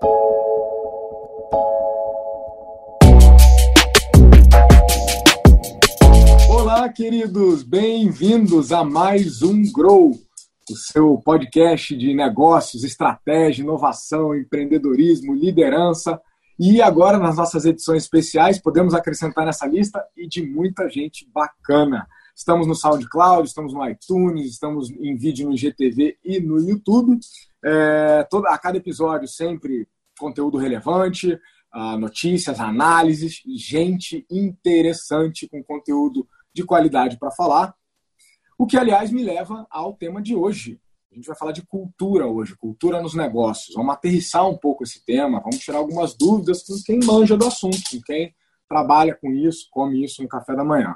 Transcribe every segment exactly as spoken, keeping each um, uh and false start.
Olá, queridos! Bem-vindos a mais um Grow, o seu podcast de negócios, estratégia, inovação, empreendedorismo, liderança. E agora, nas nossas edições especiais, podemos acrescentar nessa lista e de muita gente bacana. Estamos no SoundCloud, estamos no iTunes, estamos em vídeo no I G T V e no YouTube. É, todo, a cada episódio sempre conteúdo relevante, uh, notícias, análises, gente interessante com conteúdo de qualidade para falar. O que, aliás, me leva ao tema de hoje. A gente vai falar de cultura hoje, cultura nos negócios. Vamos aterrissar um pouco esse tema, vamos tirar algumas dúvidas com quem manja do assunto, com quem trabalha com isso, come isso no café da manhã.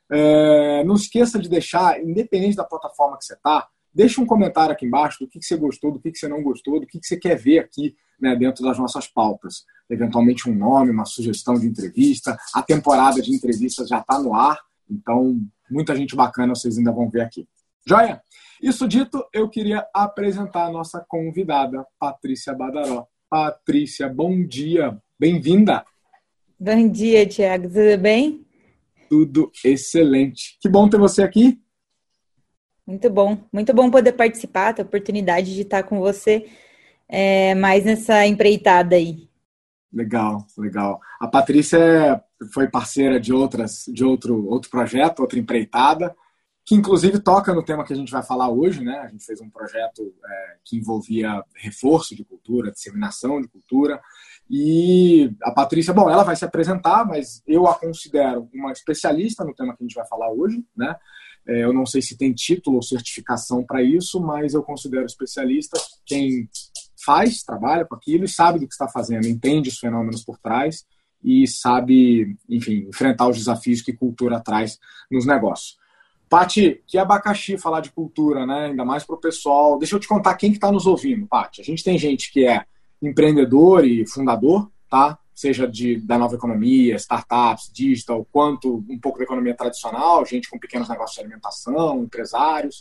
É, não esqueça de deixar, independente da plataforma que você está, deixa um comentário aqui embaixo do que, que você gostou, do que, que você não gostou, do que, que você quer ver aqui, né, dentro das nossas pautas. Eventualmente um nome, uma sugestão de entrevista. A temporada de entrevistas já está no ar, então muita gente bacana vocês ainda vão ver aqui. Joia? Isso dito, eu queria apresentar a nossa convidada, Patrícia Badaró. Patrícia, bom dia, bem-vinda. Bom dia, Thiago, tudo bem? Tudo excelente. Que bom ter você aqui. Muito bom, muito bom poder participar, ter a oportunidade de estar com você é, mais nessa empreitada aí. Legal, legal. A Patrícia foi parceira de, outras, de outro, outro projeto, outra empreitada, que inclusive toca no tema que a gente vai falar hoje, né? A gente fez um projeto é, que envolvia reforço de cultura, disseminação de cultura, e a Patrícia, bom, ela vai se apresentar, mas eu a considero uma especialista no tema que a gente vai falar hoje, né? É, eu não sei se tem título ou certificação para isso, mas eu considero especialista quem faz, trabalha com aquilo e sabe do que está fazendo, entende os fenômenos por trás e sabe, enfim, enfrentar os desafios que cultura traz nos negócios. Pati, que abacaxi falar de cultura, né? Ainda mais para o pessoal. Deixa eu te contar quem que está nos ouvindo, Pati. A gente tem gente que é empreendedor e fundador, tá? Seja de, da nova economia, startups, digital, quanto um pouco da economia tradicional, gente com pequenos negócios de alimentação, empresários.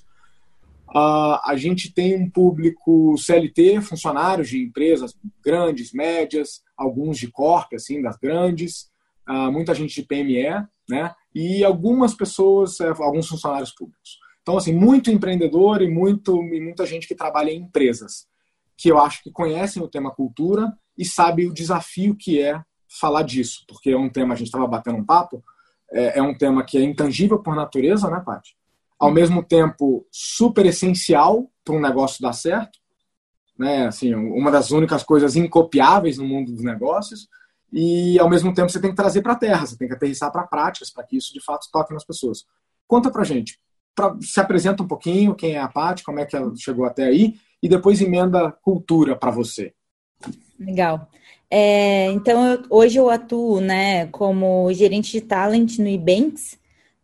Uh, a gente tem um público C L T, funcionários de empresas grandes, médias, alguns de corp, assim, das grandes, uh, muita gente de P M E, né? E algumas pessoas, alguns funcionários públicos. Então, assim, muito empreendedor e, muito, e muita gente que trabalha em empresas, que eu acho que conhecem o tema cultura e sabem o desafio que é falar disso, porque é um tema, a gente estava batendo um papo, é, é um tema que é intangível por natureza, né, Paty? Ao mesmo tempo, super essencial para um negócio dar certo, né? Assim, uma das únicas coisas incopiáveis no mundo dos negócios, e ao mesmo tempo você tem que trazer para a terra, você tem que aterrissar para práticas, para que isso de fato toque nas pessoas. Conta pra gente, pra, se apresenta um pouquinho, quem é a Paty, como é que ela chegou até aí, e depois emenda cultura para você. Legal. É, então, eu, hoje eu atuo, né, como gerente de talent no Ebanks.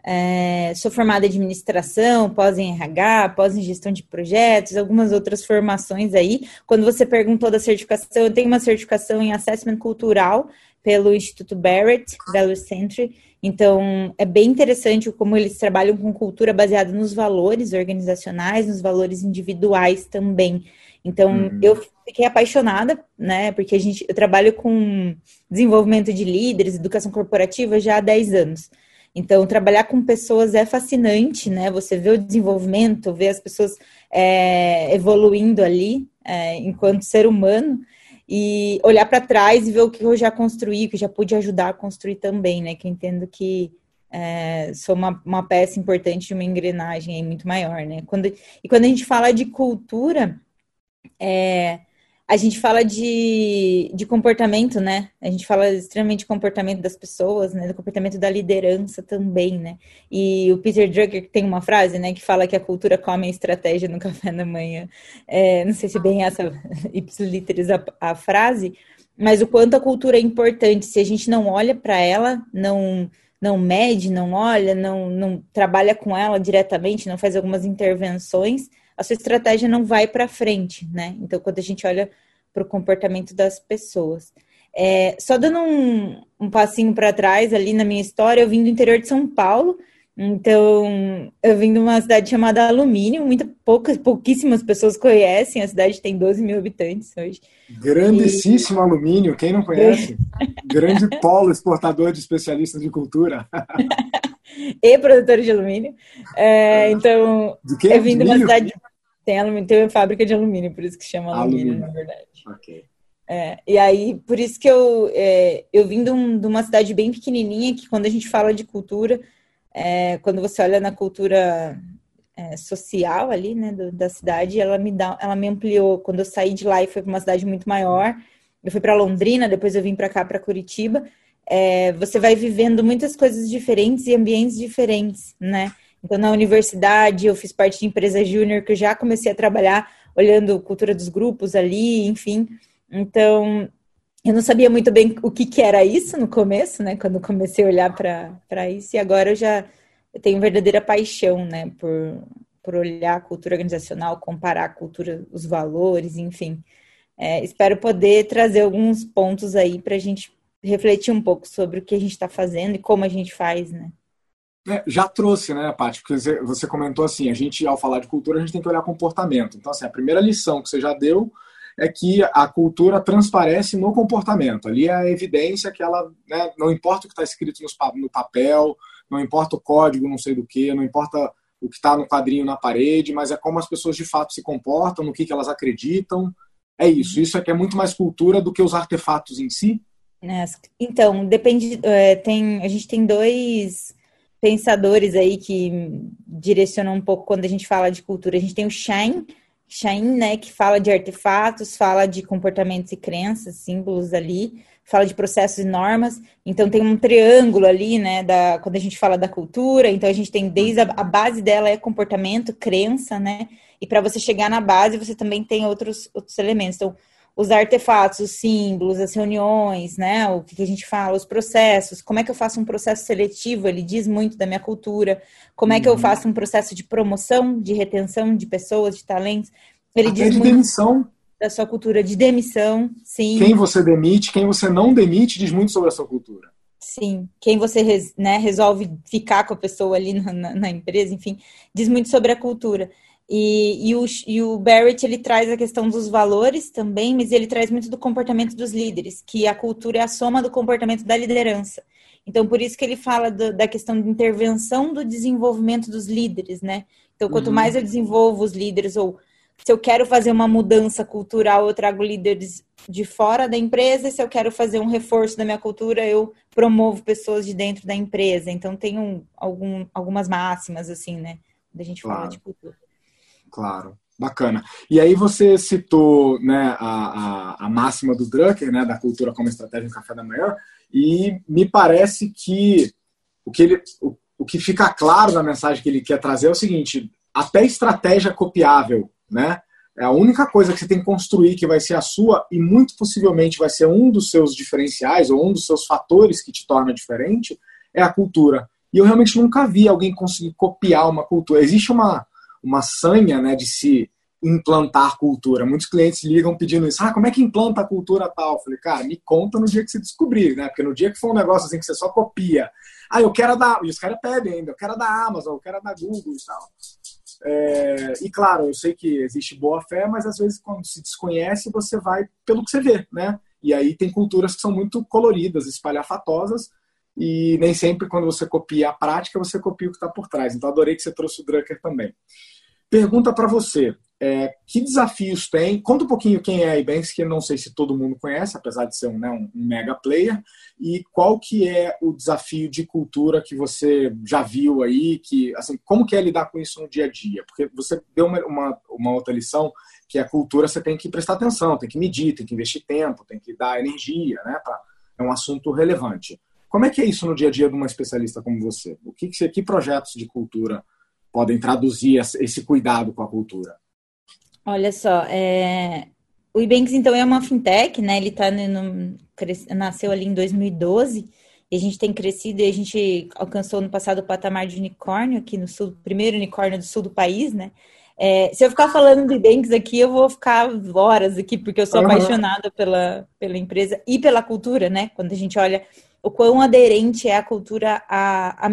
É, sou formada em administração, pós em R H, pós em gestão de projetos, algumas outras formações aí. Quando você perguntou da certificação, eu tenho uma certificação em Assessment Cultural pelo Instituto Barrett, Value Century. Então, é bem interessante como eles trabalham com cultura baseada nos valores organizacionais, nos valores individuais também. Então, uhum. eu fiquei apaixonada, né, porque a gente, eu trabalho com desenvolvimento de líderes, educação corporativa já há dez anos. Então, trabalhar com pessoas é fascinante, né? Você vê o desenvolvimento, vê as pessoas é, evoluindo ali, é, enquanto ser humano, e olhar para trás e ver o que eu já construí, o que eu já pude ajudar a construir também, né? Que eu entendo que é, sou uma, uma peça importante de uma engrenagem aí muito maior, né? Quando, e quando a gente fala de cultura, é, a gente fala de, de comportamento, né? A gente fala extremamente de comportamento das pessoas, né? Do comportamento da liderança também, né? E o Peter Drucker tem uma frase, né? Que fala que a cultura come a estratégia no café da manhã. É, não sei se bem essa ipsiliteris a, a frase, mas o quanto a cultura é importante. Se a gente não olha para ela, não, não mede, não olha, não, não trabalha com ela diretamente, não faz algumas intervenções, a sua estratégia não vai para frente, né? Então, quando a gente olha para o comportamento das pessoas. É, só dando um, um passinho para trás ali na minha história, eu vim do interior de São Paulo, Então, eu vim de uma cidade chamada Alumínio, muita, poucas, pouquíssimas pessoas conhecem, a cidade tem doze mil habitantes hoje. E Grandíssimo Alumínio, quem não conhece? Grande polo exportador de especialistas de cultura. e produtor de alumínio. É, então, De quê? eu vim De de uma milho? cidade... Tem, alumínio, tem uma fábrica de alumínio, por isso que chama alumínio, Alumínio. na verdade. Ok. É, e aí, por isso que eu, é, eu vim de, um, de uma cidade bem pequenininha, que quando a gente fala de cultura, é, quando você olha na cultura é, social ali, né, do, da cidade, ela me dá, ela me ampliou. Quando eu saí de lá e fui para uma cidade muito maior, eu fui para Londrina, depois eu vim para cá, para Curitiba, é, você vai vivendo muitas coisas diferentes e ambientes diferentes, né? Então, na universidade, eu fiz parte de empresa júnior, que eu já comecei a trabalhar olhando cultura dos grupos ali, enfim. Então, eu não sabia muito bem o que, que era isso no começo, né? Quando comecei a olhar para isso, e agora eu já eu tenho verdadeira paixão, né? Por, por olhar a cultura organizacional, comparar a cultura, os valores, enfim. É, espero poder trazer alguns pontos aí para a gente refletir um pouco sobre o que a gente está fazendo e como a gente faz, né? É, já trouxe, né, Paty? Porque você, você comentou assim, a gente, ao falar de cultura, a gente tem que olhar comportamento. Então, assim, a primeira lição que você já deu é que a cultura transparece no comportamento. Ali é a evidência que ela, né, não importa o que está escrito nos, no papel, não importa o código, não sei do que, não importa o que está no quadrinho na parede, mas é como as pessoas de fato se comportam, no que, que elas acreditam. É isso. Isso é que é muito mais cultura do que os artefatos em si. Então, depende. É, tem, a gente tem dois pensadores aí que direcionam um pouco quando a gente fala de cultura. A gente tem o Schein, Schein, né, que fala de artefatos, fala de comportamentos e crenças, símbolos ali, fala de processos e normas. Então tem um triângulo ali, né, da, quando a gente fala da cultura. Então a gente tem desde a, a base dela é comportamento, crença, né? E para você chegar na base, você também tem outros, outros elementos. Então, os artefatos, os símbolos, as reuniões, né? O que a gente fala, os processos, como é que eu faço um processo seletivo, ele diz muito da minha cultura, como é que eu faço um processo de promoção, de retenção de pessoas, de talentos, ele Até diz de muito demissão. da sua cultura de demissão, sim. Quem você demite, quem você não demite, diz muito sobre a sua cultura. Sim, quem você né, resolve ficar com a pessoa ali na, na, na empresa, enfim, diz muito sobre a cultura. E, e, o, e o Barrett, ele traz a questão dos valores também, mas ele traz muito do comportamento dos líderes, que a cultura é a soma do comportamento da liderança. Então, por isso que ele fala do, da questão de intervenção do desenvolvimento dos líderes, né? Então, quanto uhum. mais eu desenvolvo os líderes, ou se eu quero fazer uma mudança cultural, eu trago líderes de fora da empresa, e se eu quero fazer um reforço da minha cultura, eu promovo pessoas de dentro da empresa. Então, tem um, algum, algumas máximas, assim, né? Quando a gente claro. fala de cultura. Claro, bacana. E aí você citou, né, a, a, a máxima do Drucker, né, da cultura como estratégia no café da manhã, e me parece que o que, ele, o, o que fica claro na mensagem que ele quer trazer é o seguinte: até estratégia copiável, né, é a única coisa que você tem que construir que vai ser a sua e muito possivelmente vai ser um dos seus diferenciais ou um dos seus fatores que te torna diferente, é a cultura. E eu realmente nunca vi alguém conseguir copiar uma cultura. Existe uma uma sanha, né, de se implantar cultura. Muitos clientes ligam pedindo isso. Ah, como é que implanta a cultura tal? Eu falei, cara, me conta no dia que você descobrir, né? Porque no dia que for um negócio assim que você só copia. Ah, eu quero a da... E os caras pedem ainda. Eu quero a da Amazon, eu quero a da Google e tal. É... E claro, eu sei que existe boa fé, mas às vezes quando se desconhece, você vai pelo que você vê, né? E aí tem culturas que são muito coloridas, espalhafatosas, e nem sempre quando você copia a prática, você copia o que está por trás. Então, adorei que você trouxe o Drucker também. Pergunta para você, é, que desafios tem? Conta um pouquinho quem é a Ibanks, que eu não sei se todo mundo conhece, apesar de ser um, né, um, um mega player, e qual que é o desafio de cultura que você já viu aí, que, assim, como que é lidar com isso no dia a dia? Porque você deu uma, uma, uma outra lição, que a cultura você tem que prestar atenção, tem que medir, tem que investir tempo, tem que dar energia, né? Pra, é um assunto relevante. Como é que é isso no dia a dia de uma especialista como você? O que, que, que projetos de cultura podem traduzir esse cuidado com a cultura? Olha só, é... o Ibanks, então, é uma fintech, né? Ele tá no... nasceu ali em dois mil e doze, e a gente tem crescido, e a gente alcançou no passado o patamar de unicórnio aqui no sul, primeiro unicórnio do sul do país, né? É... se eu ficar falando do Ibanks aqui, eu vou ficar horas aqui, porque eu sou uhum. apaixonada pela, pela empresa e pela cultura, né? Quando a gente olha o quão aderente é a cultura à, à minha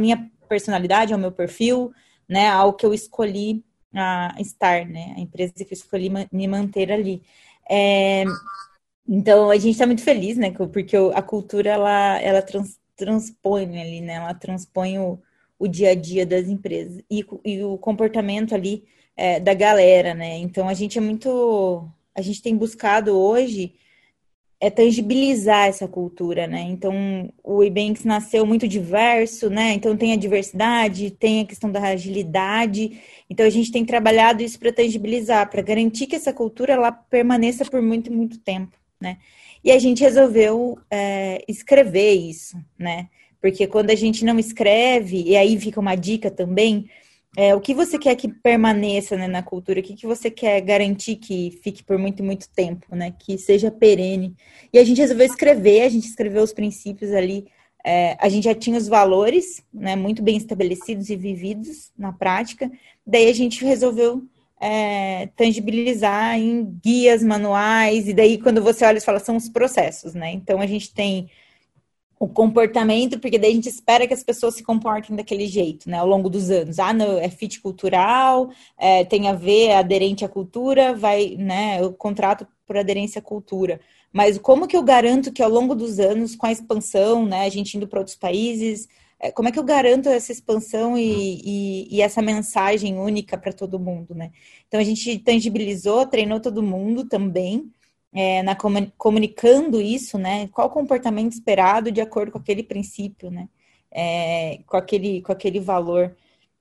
personalidade, ao meu perfil, né, ao que eu escolhi a estar, né, a empresa que eu escolhi me manter ali. É, então, a gente está muito feliz, né, porque a cultura, ela, ela trans, transpõe ali, né, ela transpõe o, o dia a dia das empresas e, e o comportamento ali é, da galera, né, então a gente é muito, a gente tem buscado hoje é tangibilizar essa cultura, né? Então, o Ebanks nasceu muito diverso, né? Então, tem a diversidade, tem a questão da agilidade. Então, a gente tem trabalhado isso para tangibilizar, para garantir que essa cultura ela permaneça por muito, muito tempo, né? E a gente resolveu é, escrever isso, né? Porque quando a gente não escreve, e aí fica uma dica também, é, o que você quer que permaneça, né, na cultura? O que, que você quer garantir que fique por muito, muito tempo, né? Que seja perene. E a gente resolveu escrever, a gente escreveu os princípios ali. É, a gente já tinha os valores, né, muito bem estabelecidos e vividos na prática. Daí a gente resolveu é, tangibilizar em guias, manuais. E daí quando você olha e fala, são os processos, né? Então a gente tem o comportamento, porque daí a gente espera que as pessoas se comportem daquele jeito, né, ao longo dos anos. Ah, não, é fit cultural, é, tem a ver, é aderente à cultura, vai, né, eu contrato por aderência à cultura. Mas como que eu garanto que ao longo dos anos, com a expansão, né, a gente indo para outros países, é, como é que eu garanto essa expansão e, e, e essa mensagem única para todo mundo, né? Então a gente tangibilizou, treinou todo mundo também, É, na comunicando isso, né? Qual o comportamento esperado de acordo com aquele princípio, né? É, com, aquele, com aquele valor.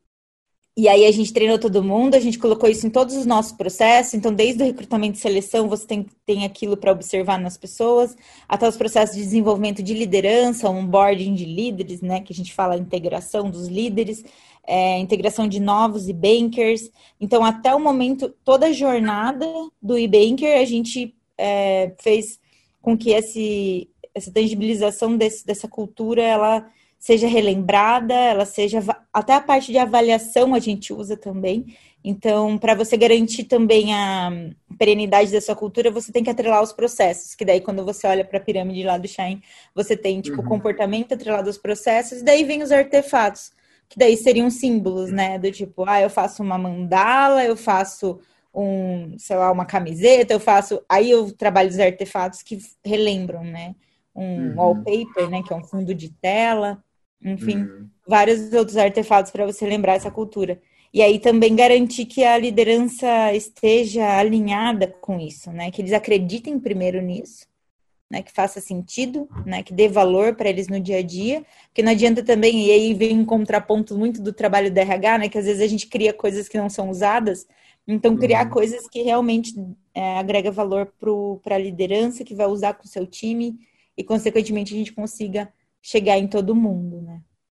E aí a gente treinou todo mundo, a gente colocou isso em todos os nossos processos, então desde o recrutamento e seleção você tem, tem aquilo para observar nas pessoas, até os processos de desenvolvimento de liderança, onboarding de líderes, né? Que a gente fala a integração dos líderes, é, integração de novos e-bankers. Então, até o momento, toda a jornada do e-banker, a gente É, fez com que esse, essa tangibilização desse, dessa cultura ela seja relembrada, ela seja até a parte de avaliação a gente usa também. Então, para você garantir também a perenidade da sua cultura, você tem que atrelar os processos, que daí quando você olha para a pirâmide lá do Shine, você tem tipo uhum. comportamento atrelado aos processos, e daí vem os artefatos, que daí seriam símbolos, né? Do tipo, ah, eu faço uma mandala, eu faço um, sei lá, uma camiseta, eu faço, aí eu trabalho os artefatos que relembram, né, um uhum. wallpaper, né, que é um fundo de tela, enfim, uhum. vários outros artefatos para você lembrar essa cultura. E aí também garantir que a liderança esteja alinhada com isso, né, que eles acreditem primeiro nisso, né, que faça sentido, né, que dê valor para eles no dia a dia, porque não adianta também, e aí vem um contraponto muito do trabalho do R H, né, que às vezes a gente cria coisas que não são usadas. Então, criar uhum. coisas que realmente é, agrega valor para a liderança, que vai usar com o seu time e, consequentemente, a gente consiga chegar em todo mundo, né?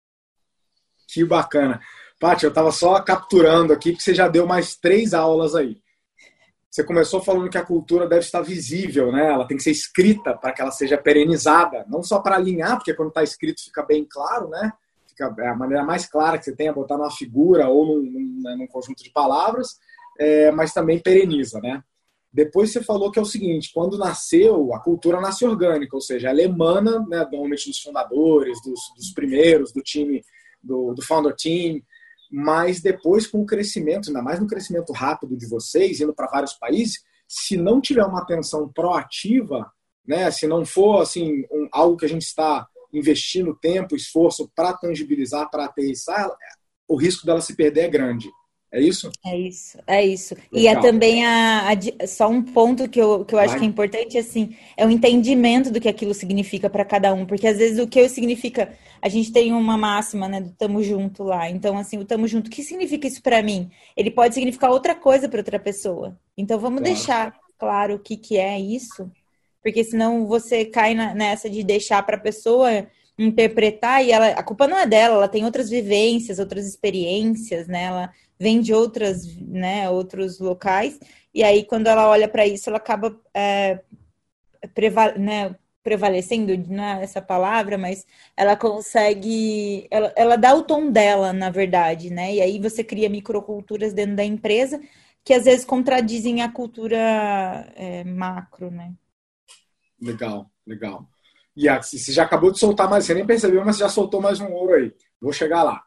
Que bacana. Paty, eu estava só capturando aqui, porque você já deu mais três aulas aí. Você começou falando que a cultura deve estar visível, né? Ela tem que ser escrita para que ela seja perenizada, não só para alinhar, porque quando está escrito fica bem claro, né? Fica, é a maneira mais clara que você tem é botar numa figura ou num, num, num conjunto de palavras. É, mas também pereniza, né? Depois você falou que é o seguinte, quando nasceu, a cultura nasce orgânica, ou seja, ela emana, né, normalmente dos fundadores, dos, dos primeiros, do time, do, do founder team, mas depois com o crescimento, ainda mais no crescimento rápido de vocês, indo para vários países, se não tiver uma atenção proativa, né, se não for assim, um, algo que a gente está investindo tempo, esforço para tangibilizar, para aterrissar, o risco dela se perder é grande. É isso? É isso, é isso. Legal. E é também a, a, só um ponto que eu, que eu acho Vai. que é importante, assim, é o entendimento do que aquilo significa para cada um, porque às vezes o que significa, a gente tem uma máxima, né, do tamo junto lá, então assim, o tamo junto, o que significa isso para mim? Ele pode significar outra coisa para outra pessoa, então vamos claro. deixar claro o que, que é isso, porque senão você cai na, nessa de deixar para a pessoa interpretar e ela, a culpa não é dela, ela tem outras vivências, outras experiências, né, ela vem de outras, né, outros locais, e aí quando ela olha para isso, ela acaba é, preva né, prevalecendo, não é essa palavra, mas ela consegue, ela, ela dá o tom dela, na verdade, né, e aí você cria microculturas dentro da empresa que às vezes contradizem a cultura é, macro, né. Legal, legal. E a, você já acabou de soltar mais, você nem percebeu, mas já soltou mais um ouro aí. Vou chegar lá.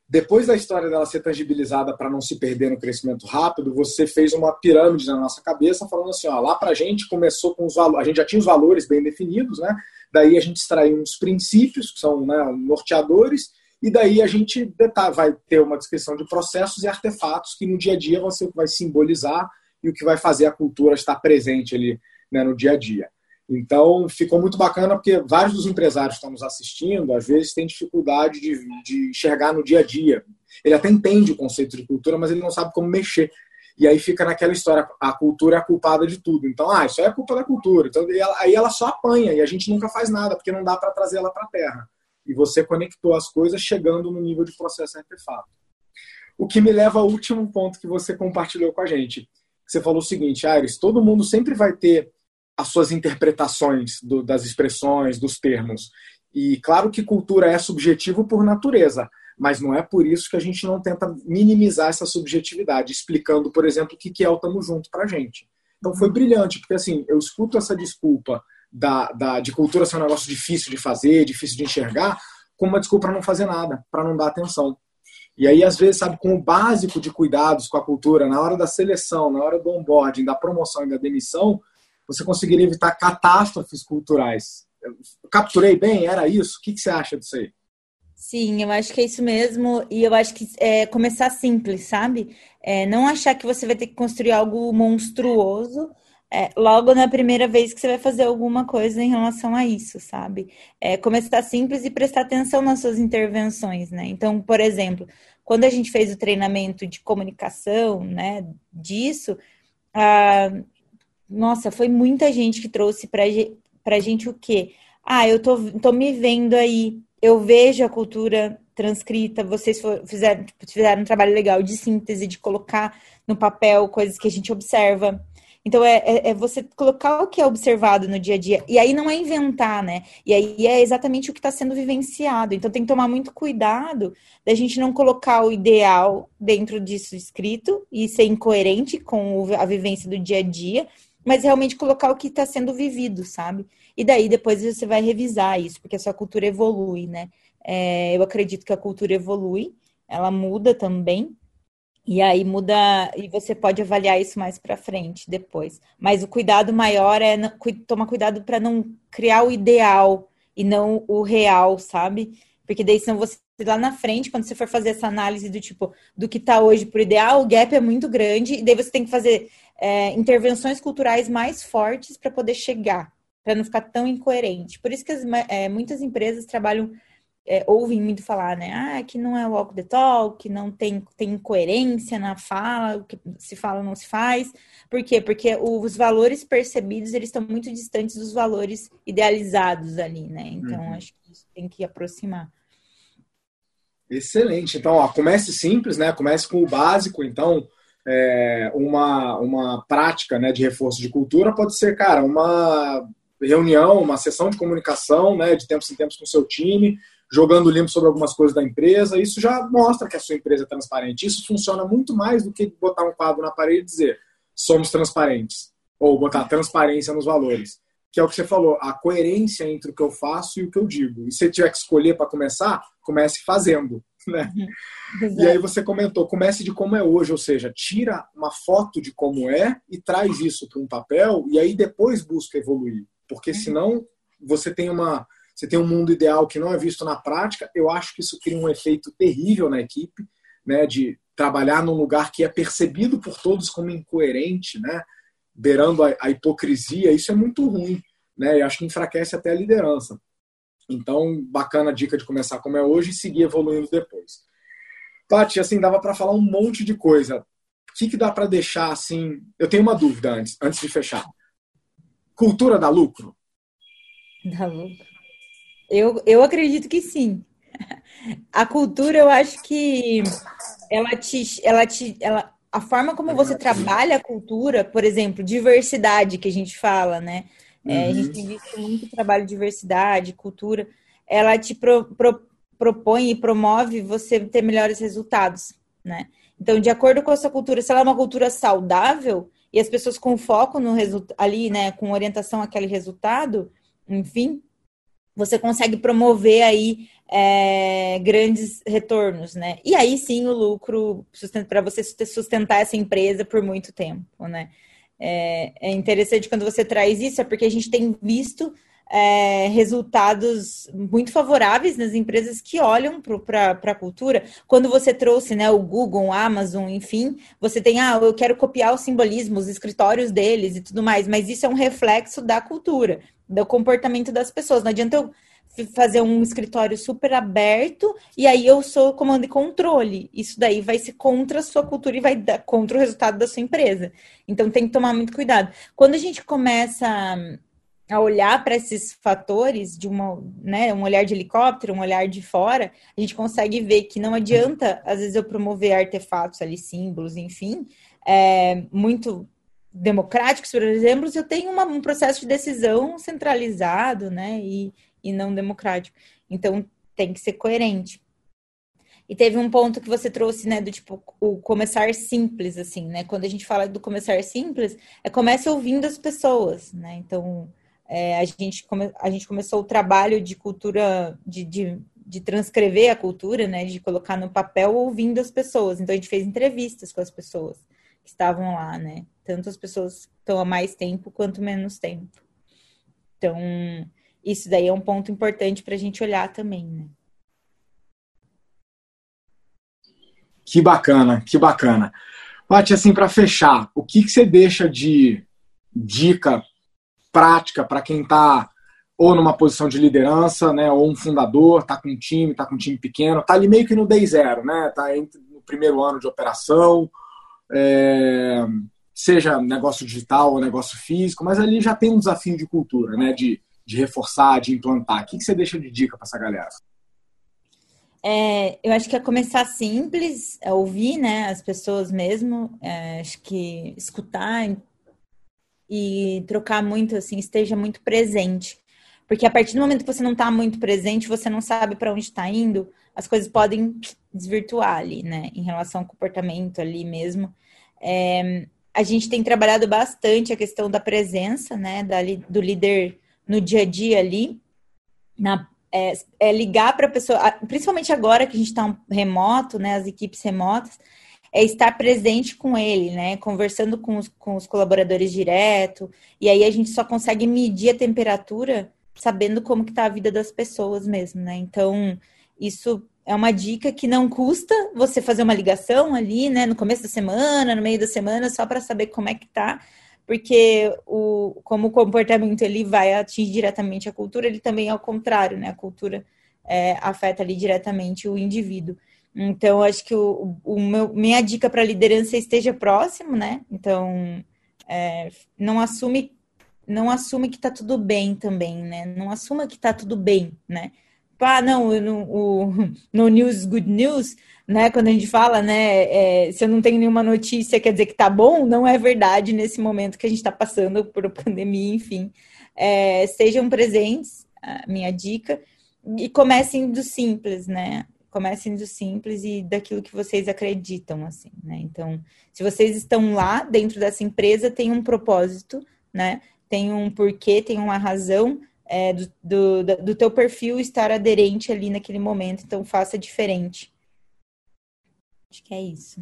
depois da história dela ser tangibilizada para não se perder no crescimento rápido, você fez uma pirâmide na nossa cabeça falando assim, ó, lá para a gente começou com os valores, a gente já tinha os valores bem definidos, né? Daí a gente extraiu uns princípios, que são, né, norteadores, e daí a gente vai ter uma descrição de processos e artefatos que no dia a dia você vai simbolizar e o que vai fazer a cultura estar presente ali, né, no dia a dia. Então, ficou muito bacana porque vários dos empresários que estão nos assistindo, às vezes, têm dificuldade de, de enxergar no dia a dia. Ele até entende o conceito de cultura, mas ele não sabe como mexer. E aí fica naquela história, a cultura é a culpada de tudo. Então, ah, isso aí é culpa da cultura. Então, aí ela só apanha e a gente nunca faz nada, porque não dá para trazer ela para a terra. E você conectou as coisas chegando no nível de processo artefato. O que me leva ao último ponto que você compartilhou com a gente. Você falou o seguinte, Aires, todo mundo sempre vai ter as suas interpretações do, das expressões, dos termos. E claro que cultura é subjetivo por natureza, mas não é por isso que a gente não tenta minimizar essa subjetividade, explicando, por exemplo, o que é o Tamo Junto pra gente. Então foi brilhante, porque assim, eu escuto essa desculpa da, da, de cultura ser um negócio difícil de fazer, difícil de enxergar, como uma desculpa para não fazer nada, para não dar atenção. E aí, às vezes, sabe, com o básico de cuidados com a cultura, na hora da seleção, na hora do onboarding, da promoção e da demissão, você conseguiria evitar catástrofes culturais. Eu capturei bem? Era isso? O que você acha disso aí? Sim, eu acho que é isso mesmo. E eu acho que é começar simples, sabe? É, não achar que você vai ter que construir algo monstruoso é, logo na primeira vez que você vai fazer alguma coisa em relação a isso, sabe? É, começar simples e prestar atenção nas suas intervenções, né? Então, por exemplo, quando a gente fez o treinamento de comunicação, né, disso, a Nossa, foi muita gente que trouxe pra, pra gente o quê? Ah, eu tô, tô me vendo aí, eu vejo a cultura transcrita, vocês for, fizeram, fizeram um trabalho legal de síntese, de colocar no papel coisas que a gente observa. Então, é, é, é você colocar o que é observado no dia a dia. E aí não é inventar, né? E aí é exatamente o que está sendo vivenciado. Então, tem que tomar muito cuidado da gente não colocar o ideal dentro disso escrito e ser incoerente com a vivência do dia a dia, mas realmente colocar o que está sendo vivido, sabe? E daí depois você vai revisar isso, porque a sua cultura evolui, né? É, eu acredito que a cultura evolui, ela muda também, e aí muda, e você pode avaliar isso mais para frente, depois. Mas o cuidado maior é não, tomar cuidado para não criar o ideal e não o real, sabe? Porque daí senão você lá na frente, quando você for fazer essa análise do tipo, do que está hoje pro ideal, o gap é muito grande, e daí você tem que fazer é, intervenções culturais mais fortes para poder chegar, para não ficar tão incoerente. Por isso que as, é, muitas empresas trabalham, é, ouvem muito falar, né? Ah, que não é walk the talk, que não tem, tem incoerência na fala, o que se fala não se faz. Por quê? Porque os valores percebidos, eles estão muito distantes dos valores idealizados ali, né? Então, uhum. Acho que isso tem que aproximar. Excelente. Então, ó, comece simples, né? Comece com o básico. Então, é, uma, uma prática, né, de reforço de cultura pode ser, cara, uma reunião, uma sessão de comunicação, né, de tempos em tempos com o seu time, jogando limpo sobre algumas coisas da empresa. Isso já mostra que a sua empresa é transparente. Isso funciona muito mais do que botar um quadro na parede e dizer somos transparentes, ou botar transparência nos valores, que é o que você falou, a coerência entre o que eu faço e o que eu digo. E se você tiver que escolher para começar, comece fazendo, né? Uhum. E aí você comentou, comece de como é hoje, ou seja, tira uma foto de como é e traz isso para um papel e aí depois busca evoluir. Porque senão você tem uma, você tem um mundo ideal que não é visto na prática. Eu acho que isso cria um efeito terrível na equipe, né, de trabalhar num lugar que é percebido por todos como incoerente, né, beirando a, a hipocrisia. Isso é muito ruim, né? Eu acho que enfraquece até a liderança. Então, bacana a dica de começar como é hoje e seguir evoluindo depois. Tati, assim, dava para falar um monte de coisa. O que, que dá para deixar, assim... Eu tenho uma dúvida antes, antes de fechar. Cultura dá lucro? Dá lucro. Eu, eu acredito que sim. A cultura, eu acho que ela te... Ela te ela, a forma como você trabalha a cultura, por exemplo, diversidade, que a gente fala, né? É, uhum. A gente tem visto muito trabalho de diversidade, cultura. Ela te pro, pro, propõe e promove você ter melhores resultados, né? Então, de acordo com a sua cultura, se ela é uma cultura saudável e as pessoas com foco no resultado ali, né, com orientação àquele resultado, enfim, você consegue promover aí é, grandes retornos, né? E aí sim o lucro para você sustentar essa empresa por muito tempo, né? É, é interessante quando você traz isso, é porque a gente tem visto é, resultados muito favoráveis nas empresas que olham para a cultura. Quando você trouxe, né, o Google, o Amazon, enfim, você tem, ah, eu quero copiar o simbolismo, os escritórios deles e tudo mais, mas isso é um reflexo da cultura, do comportamento das pessoas. Não adianta eu fazer um escritório super aberto e aí eu sou comando e controle. Isso daí vai ser contra a sua cultura e vai dar contra o resultado da sua empresa. Então tem que tomar muito cuidado. Quando a gente começa a olhar para esses fatores de uma, né, um olhar de helicóptero, um olhar de fora, a gente consegue ver que não adianta, às vezes, eu promover artefatos ali, símbolos, enfim, é, muito democráticos, por exemplo, se eu tenho uma, um processo de decisão centralizado, né, e, e não democrático. Então, tem que ser coerente. E teve um ponto que você trouxe, né, do tipo, o começar simples, assim, né? Quando a gente fala do começar simples, é comece ouvindo as pessoas, né? Então, é, a, gente come, a gente começou o trabalho de cultura, de, de, de transcrever a cultura, né? De colocar no papel ouvindo as pessoas. Então, a gente fez entrevistas com as pessoas que estavam lá, né? Tanto as pessoas que estão há mais tempo quanto menos tempo. Então, isso daí é um ponto importante para a gente olhar também, né? Que bacana, que bacana. Paty, assim, para fechar, o que, que você deixa de dica prática para quem está ou numa posição de liderança, né, ou um fundador, está com um time, está com um time pequeno, está ali meio que no day zero, né, está no primeiro ano de operação, é, seja negócio digital ou negócio físico, mas ali já tem um desafio de cultura, né, de, de reforçar, de implantar. O que, que você deixa de dica para essa galera? É, eu acho que é começar simples, é ouvir, né, as pessoas mesmo, é, acho que escutar e trocar muito, assim, esteja muito presente. Porque a partir do momento que você não está muito presente, você não sabe para onde está indo, as coisas podem desvirtuar ali, né, em relação ao comportamento ali mesmo. É, a gente tem trabalhado bastante a questão da presença, né, da, do líder no dia a dia ali, na É, é ligar para a pessoa, principalmente agora que a gente está um remoto, né, as equipes remotas, é estar presente com ele, né, conversando com os, com os colaboradores direto, e aí a gente só consegue medir a temperatura sabendo como que está a vida das pessoas mesmo, né, então isso é uma dica que não custa você fazer uma ligação ali, né, no começo da semana, no meio da semana, só para saber como é que tá, porque o, como o comportamento ele vai atingir diretamente a cultura, ele também é ao contrário, né? A cultura é, afeta ali diretamente o indivíduo. Então, acho que o, o meu, minha dica para a liderança é esteja próximo, né? Então, é, não assume, não assume que está tudo bem também, né? Não assuma que está tudo bem, né? Ah, não, eu não, o no news good news, né? Quando a gente fala, né? É, se eu não tenho nenhuma notícia, quer dizer que tá bom, não é verdade nesse momento que a gente está passando por pandemia, enfim. É, sejam presentes, a minha dica, e comecem do simples, né? Comecem do simples e daquilo que vocês acreditam, assim, né? Então, se vocês estão lá dentro dessa empresa, tem um propósito, né? Tem um porquê, tem uma razão. É, do, do, do teu perfil estar aderente ali naquele momento, então faça diferente. Acho que é isso.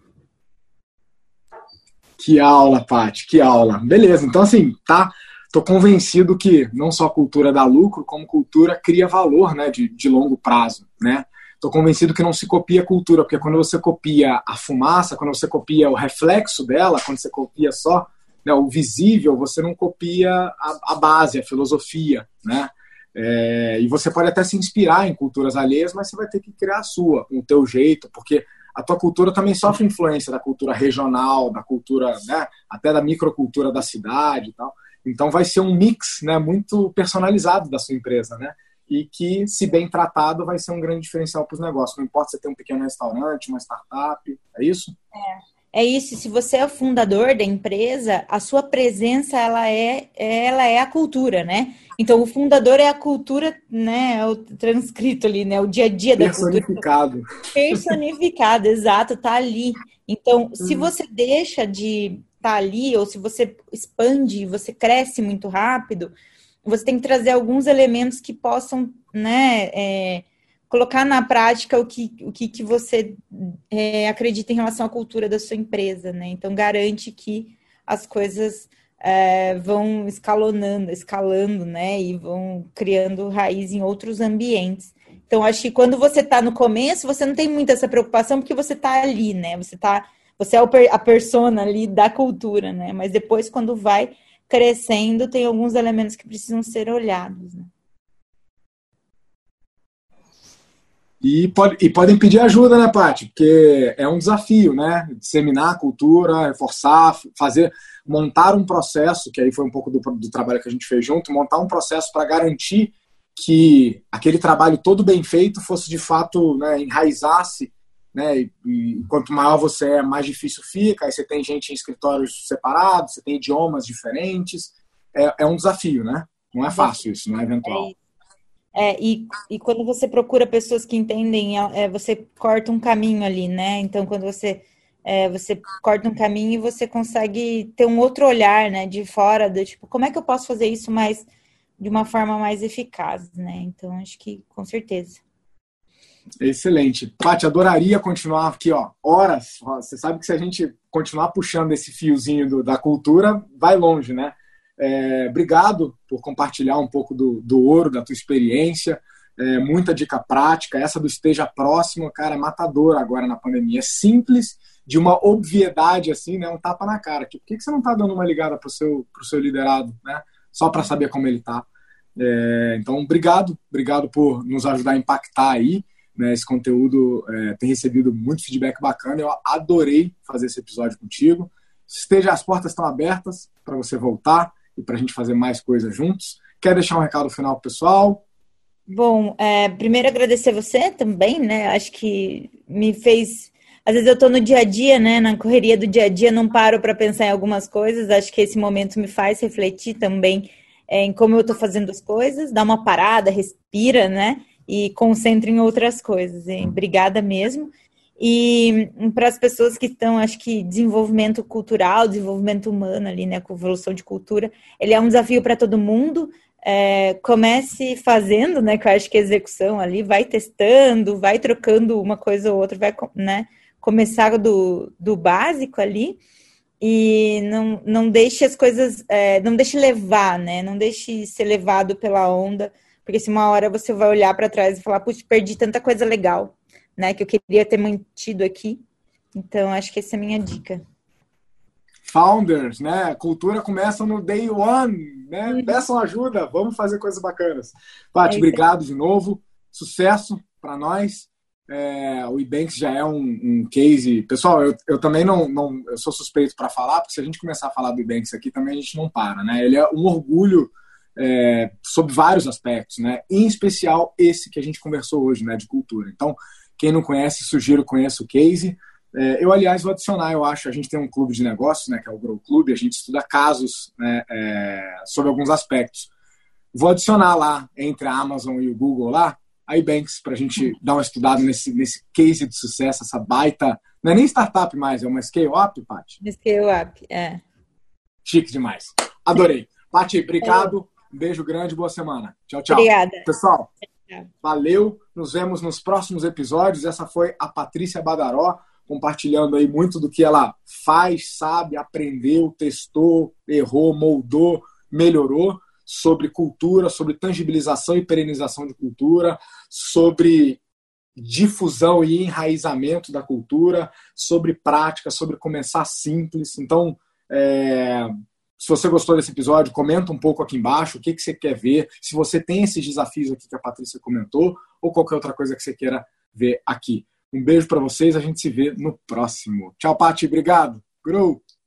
Que aula, Paty, que aula. Beleza, então assim, tá? Tô convencido que não só cultura dá lucro, como cultura cria valor, né, de, de longo prazo, né? Tô convencido que não se copia a cultura, porque quando você copia a fumaça, quando você copia o reflexo dela, quando você copia só, né, o visível, você não copia a, a base, a filosofia, né? É, e você pode até se inspirar em culturas alheias, mas você vai ter que criar a sua, com o teu jeito, porque a tua cultura também sofre influência da cultura regional, da cultura, né, até da microcultura da cidade e tal. Então vai ser um mix, né, muito personalizado da sua empresa, né? E que, se bem tratado, vai ser um grande diferencial para os negócios. Não importa se você tem um pequeno restaurante, uma startup, é isso? É. É isso, se você é o fundador da empresa, a sua presença, ela é, ela é a cultura, né? Então, o fundador é a cultura, né? É o transcrito ali, né? O dia a dia da cultura. Personificado. Personificado, exato, tá ali. Então, se você deixa de estar tá ali, ou se você expande, você cresce muito rápido, você tem que trazer alguns elementos que possam, né? É, colocar na prática o que, o que, que você é, acredita em relação à cultura da sua empresa, né? Então, garante que as coisas é, vão escalonando, escalando, né? E vão criando raiz em outros ambientes. Então, acho que quando você está no começo, você não tem muita essa preocupação, porque você está ali, né? Você tá, você é a persona ali da cultura, né? Mas depois, quando vai crescendo, tem alguns elementos que precisam ser olhados, né? E, pode, e podem pedir ajuda, né, Paty? Porque é um desafio, né? Disseminar a cultura, reforçar, fazer, montar um processo, que aí foi um pouco do, do trabalho que a gente fez junto, montar um processo para garantir que aquele trabalho todo bem feito fosse de fato, né, enraizasse, né? E, e quanto maior você é, mais difícil fica. Aí você tem gente em escritórios separados, você tem idiomas diferentes. É, é um desafio, né? Não é fácil isso, não é eventual. É É, e, e quando você procura pessoas que entendem, é, você corta um caminho ali, né? Então, quando você, é, você corta um caminho e você consegue ter um outro olhar, né? De fora, do tipo, como é que eu posso fazer isso mais, de uma forma mais eficaz, né? Então, acho que com certeza. Excelente. Paty, adoraria continuar aqui, ó, horas. Você sabe que se a gente continuar puxando esse fiozinho do, da cultura, vai longe, né? É, obrigado por compartilhar um pouco do, do ouro, da tua experiência, é, muita dica prática. Essa do esteja próximo, cara, é matadora agora na pandemia. É simples, de uma obviedade assim, né? Um tapa na cara. Por que, que você não tá dando uma ligada pro seu, pro seu liderado, né? Só para saber como ele tá. É, então, obrigado, obrigado por nos ajudar a impactar aí, né? Esse conteúdo é, tem recebido muito feedback bacana. Eu adorei fazer esse episódio contigo. Esteja, as portas estão abertas para você voltar e para a gente fazer mais coisas juntos. Quer deixar um recado final pro pessoal? Bom, é, primeiro agradecer você também, né? Acho que me fez... Às vezes eu estou no dia a dia, né? Na correria do dia a dia, não paro para pensar em algumas coisas. Acho que esse momento me faz refletir também é, em como eu estou fazendo as coisas. Dá uma parada, respira, né? E concentra em outras coisas. E obrigada mesmo. E para as pessoas que estão, acho que desenvolvimento cultural, desenvolvimento humano ali, né, com evolução de cultura, ele é um desafio para todo mundo. É, comece fazendo, né, que eu acho que a execução ali, vai testando, vai trocando uma coisa ou outra, vai, né, começar do, do básico ali e não, não deixe as coisas, é, não deixe levar, né, não deixe ser levado pela onda, porque se uma hora você vai olhar para trás e falar, putz, perdi tanta coisa legal, né, que eu queria ter mantido aqui. Então, acho que essa é a minha dica. Founders, né? Cultura começa no day one, né? Uhum. Peçam ajuda, vamos fazer coisas bacanas. Paty, é obrigado de novo. Sucesso para nós. É, o Ebanks já é um, um case. Pessoal, eu, eu também não, não eu sou suspeito para falar, porque se a gente começar a falar do Ebanks aqui, também a gente não para, né? Ele é um orgulho é, sobre vários aspectos, né? Em especial esse que a gente conversou hoje, né? De cultura. Então, quem não conhece, sugiro conheça o case. É, eu, aliás, vou adicionar, eu acho, a gente tem um clube de negócios, né, que é o Grow Club, a gente estuda casos, né, é, sobre alguns aspectos. Vou adicionar lá, entre a Amazon e o Google lá, a Ebanks, para a gente dar uma estudada nesse, nesse case de sucesso, essa baita... Não é nem startup mais, é uma scale-up, Paty? Scale-up, é. Chique demais. Adorei. Paty, obrigado. Um beijo grande, boa semana. Tchau, tchau. Obrigada. Pessoal, valeu. Nos vemos nos próximos episódios. Essa foi a Patrícia Badaró, compartilhando aí muito do que ela faz, sabe, aprendeu, testou, errou, moldou, melhorou sobre cultura, sobre tangibilização e perenização de cultura, sobre difusão e enraizamento da cultura, sobre prática, sobre começar simples. Então, é, se você gostou desse episódio, comenta um pouco aqui embaixo o que, que você quer ver, se você tem esses desafios aqui que a Patrícia comentou, ou qualquer outra coisa que você queira ver aqui. Um beijo para vocês, a gente se vê no próximo. Tchau, Paty, obrigado. Grow!